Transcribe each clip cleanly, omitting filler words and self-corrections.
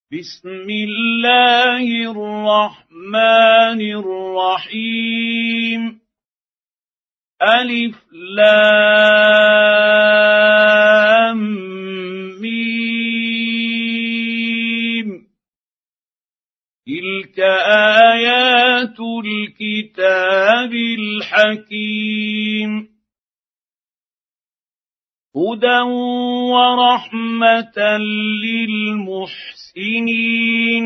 بسم الله الرحمن الرحيم ألف لام ميم تلك آيات الكتاب الحكيم هدى ورحمة للمحسنين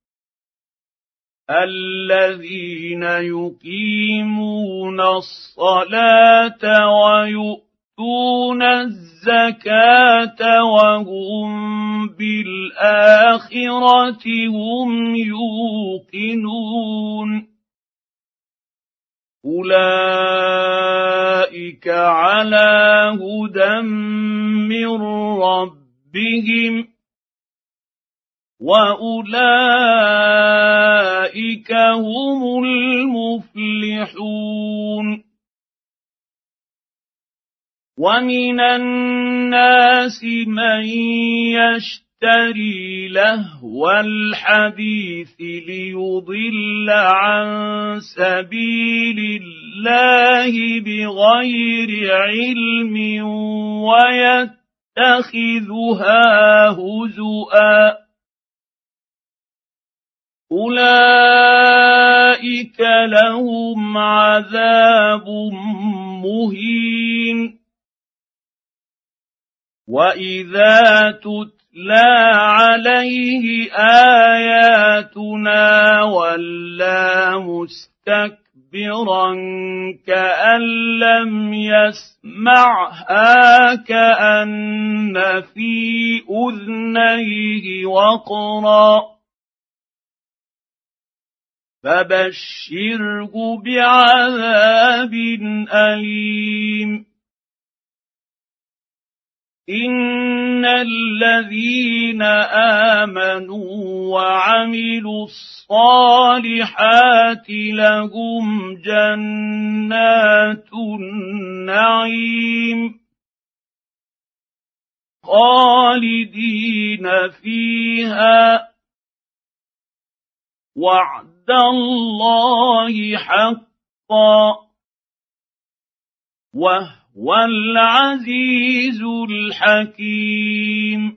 الذين يقيمون الصلاة ويؤتون الزكاة وهم بالآخرة هم يوقنون أولئك على هدى من ربهم وأولئك هم المفلحون ومن الناس من يشتري لهو الحديث ليضل عن سبيل الله بغير علم ويتخذها هزؤا أولئك لهم عذاب مهين وإذا تتلى عليه آياتنا ولى مستكبرا كأن لم يسمعها كأن في أذنيه وقرا فبشره بعذاب أليم إن الذين آمنوا وعملوا الصالحات لهم جنات النعيم خالدين فيها وعد الله حقا وهو العزيز الحكيم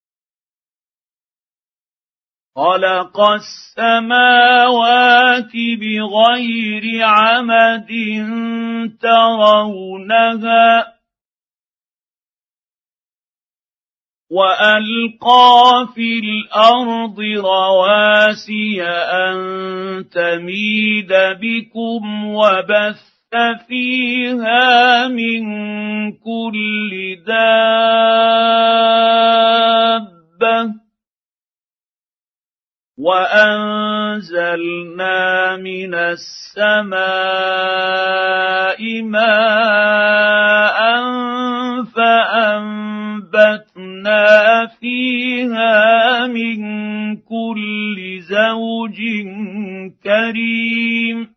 خلق السماوات بغير عمد ترونها وألقى في الأرض رواسي أن تميد بكم وبث فيها من كل دابة وأنزلنا من السماء ماء فأنبتنا فيها من كل زوج كريم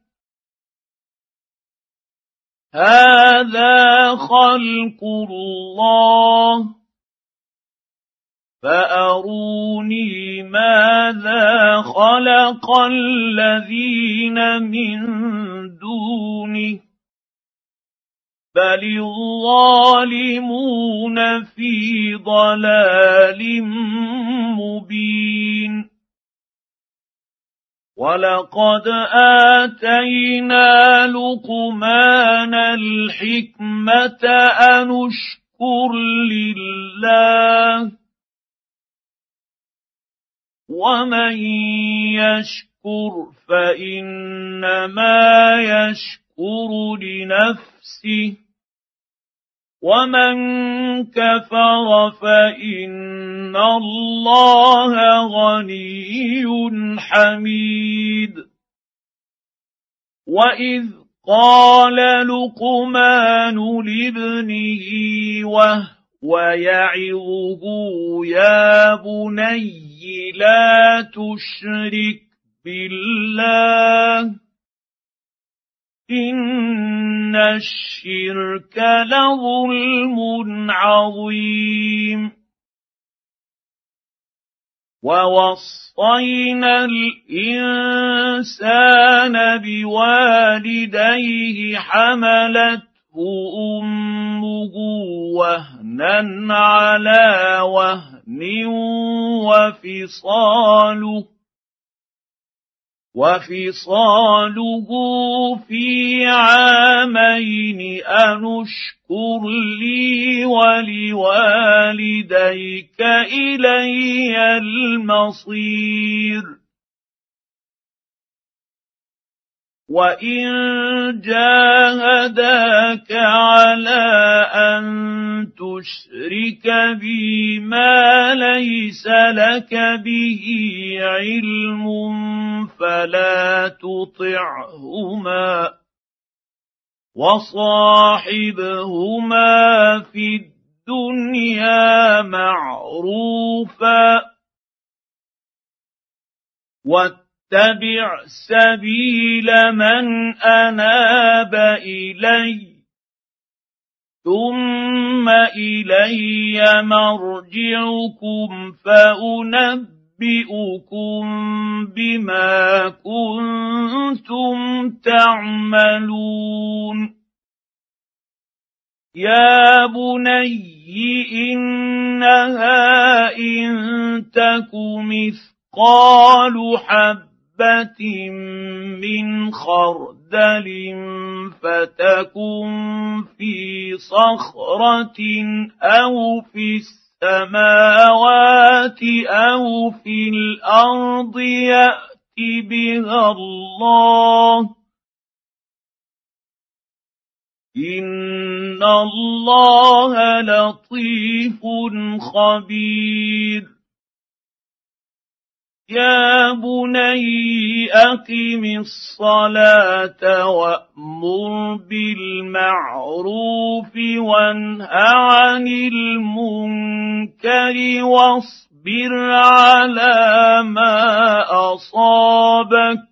هذا خلق الله فأروني ماذا خلق الذين من دونه بل الظالمون في ضلال مبين ولقد آتينا لقمان الحكمة أن اشكر لله ومن يشكر فإنما يشكر لنفسه ومن كفر فإن الله غني حميد وإذ قال لقمان لابنه وهو يعظه يا بني لا تشرك بالله إن الشرك لظلم عظيم ووصينا الإنسان بوالديه حملته أمه وهنا على وهن وفصاله في عامين أن اشكر لي ولوالديك إلي المصير وإن جاهداك على أن تشرك بي ما ليس لك به علم فلا تطعهما وصاحبهما في الدنيا معروفا واتبع سبيل من أناب إلي ثم إلي مرجعكم فأنبئكم بما كنتم تعملون يا بني إنها إن تك مثقال حبة من خردل فتكن في صخرة أو في السماوات أو في الأرض يأت بها الله إن الله لطيف خبير يا بني أقم الصلاة وأمر بالمعروف وانه عن المنكر واصبر على ما أصابك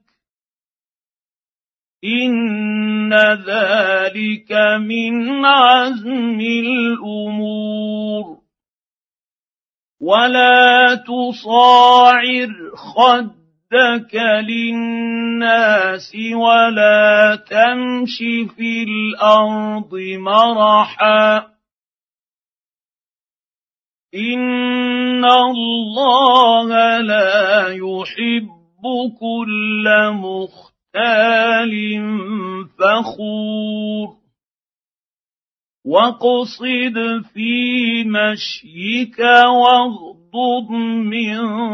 إن ذلك من عزم الأمور ولا تصاعر خدك للناس ولا تمش في الأرض مرحا إن الله لا يحب كل مختال فخور واقصد في مشيك واغضض من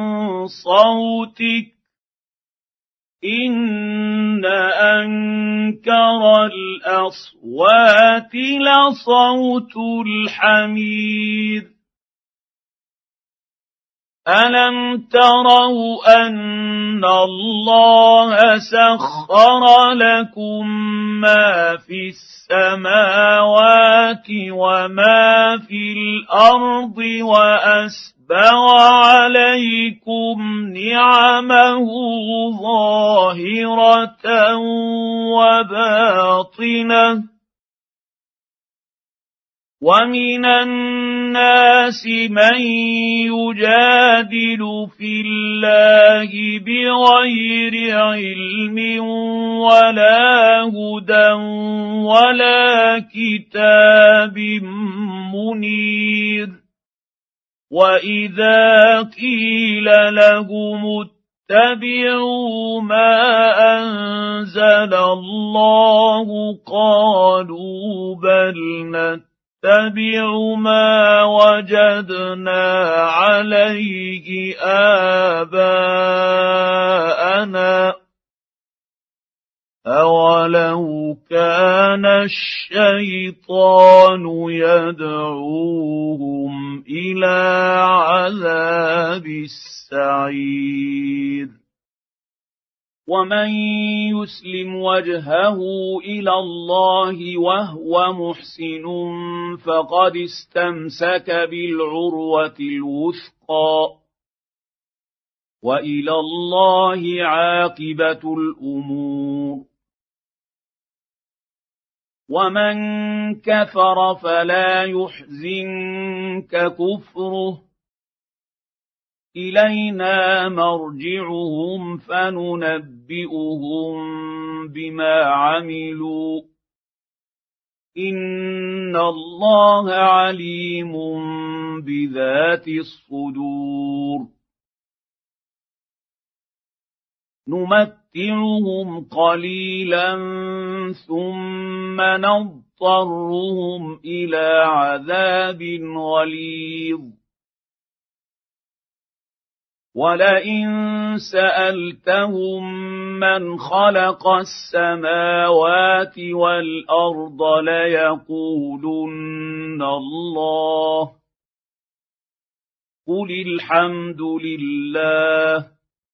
صوتك إن أنكر الأصوات لصوت الحمير ألم تروا أن الله سخر لكم ما في السماوات وما في الأرض وأسبغ عليكم نعمه ظاهرة وباطنة ومن الناس من يجادل في الله بغير علم ولا هدى ولا كتاب منير وإذا قيل لهم اتبعوا ما أنزل الله قالوا بل نتبع ما وجدنا عليه آباءنا أولو كان الشيطان يدعوهم إلى عذاب السعير ومن يسلم وجهه إلى الله وهو محسن فقد استمسك بالعروة الوثقى وإلى الله عاقبة الأمور ومن كفر فلا يحزنك كفره إلينا مرجعهم فننبئهم بما عملوا إن الله عليم بذات الصدور نمتعهم قليلا ثم نضطرهم إلى عذاب غليظ ولئن سألتهم من خلق السماوات والأرض ليقولن الله قل الحمد لله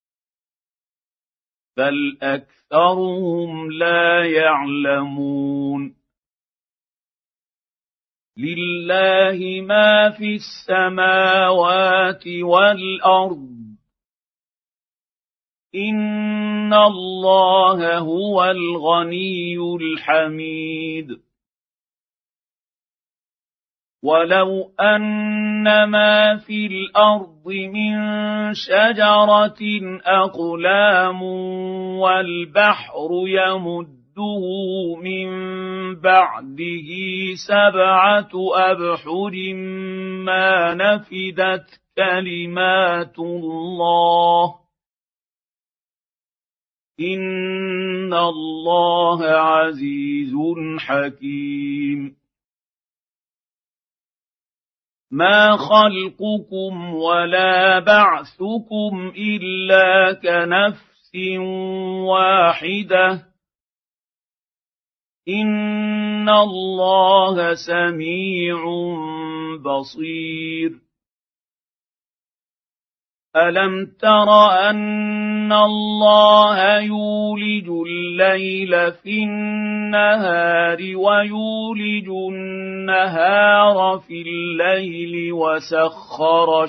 بل أكثرهم لا يعلمون لله ما في السماوات والأرض إن الله هو الغني الحميد ولو أن ما في الأرض من شجرة أقلام والبحر يمده من بعده 7 أبحر ما نفدت كلمات الله إن الله عزيز حكيم ما خلقكم ولا بعثكم إلا كنفس واحدة إن الله سميع بصير ألم تر أن الله يولج الليل في النهار ويولج النهار في الليل وسخر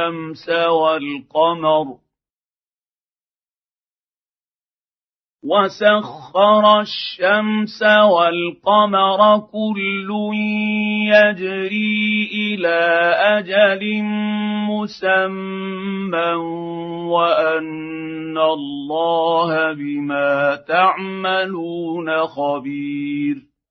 الشمس والقمر كل يجري إلى أجل مسمى وأن الله بما تعملون خبير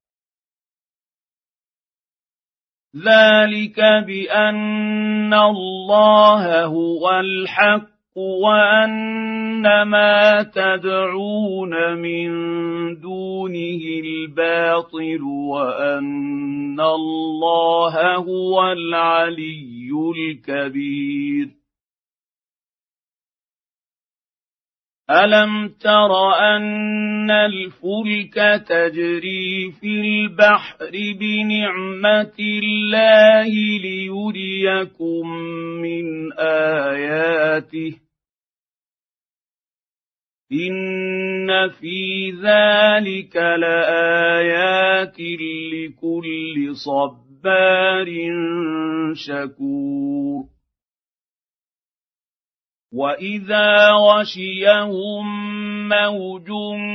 ذلك بأن الله هو الحق وأن ما تدعون من دونه الباطل وأن الله هو العلي الكبير ألم تر أن الفلك تجري في البحر بنعمة الله ليريكم من آياته إن في ذلك لآيات لكل صبار شكور وإذا غشيهم موج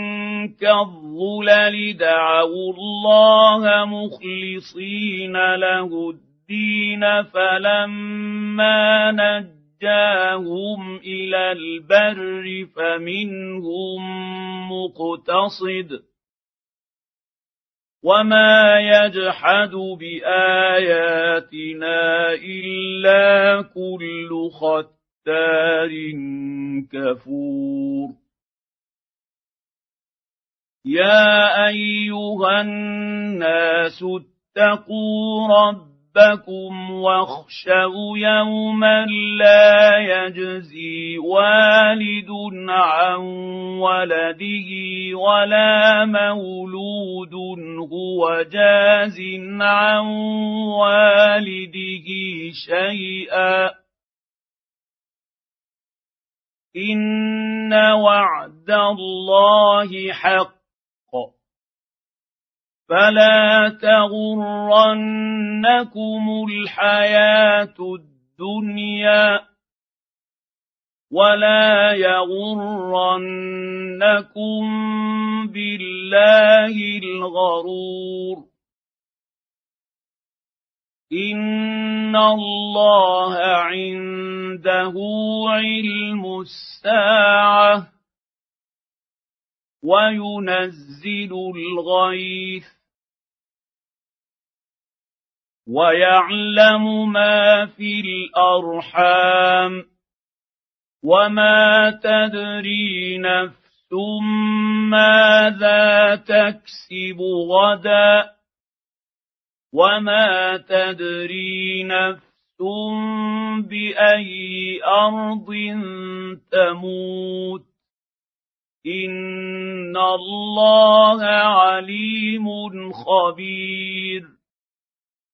كالظلل دعوا الله مخلصين له الدين فلما نجاهم إلى البر فمنهم مقتصد وما يجحد بآياتنا إلا كل ختار كفور يا أيها الناس اتقوا ربكم واخشوا يوما لا يجزي والد عن ولده ولا مولود هو جاز عن والده شيئا إن وعد الله حق فلا تغرنكم الحياة الدنيا ولا يغرنكم بالله الغرور إن الله عنده علم الساعة وينزل الغيث ويعلم ما في الأرحام وما تدري نفس ماذا تكسب غدا وما تدري نفس بأي أرض تموت إن الله عليم خبير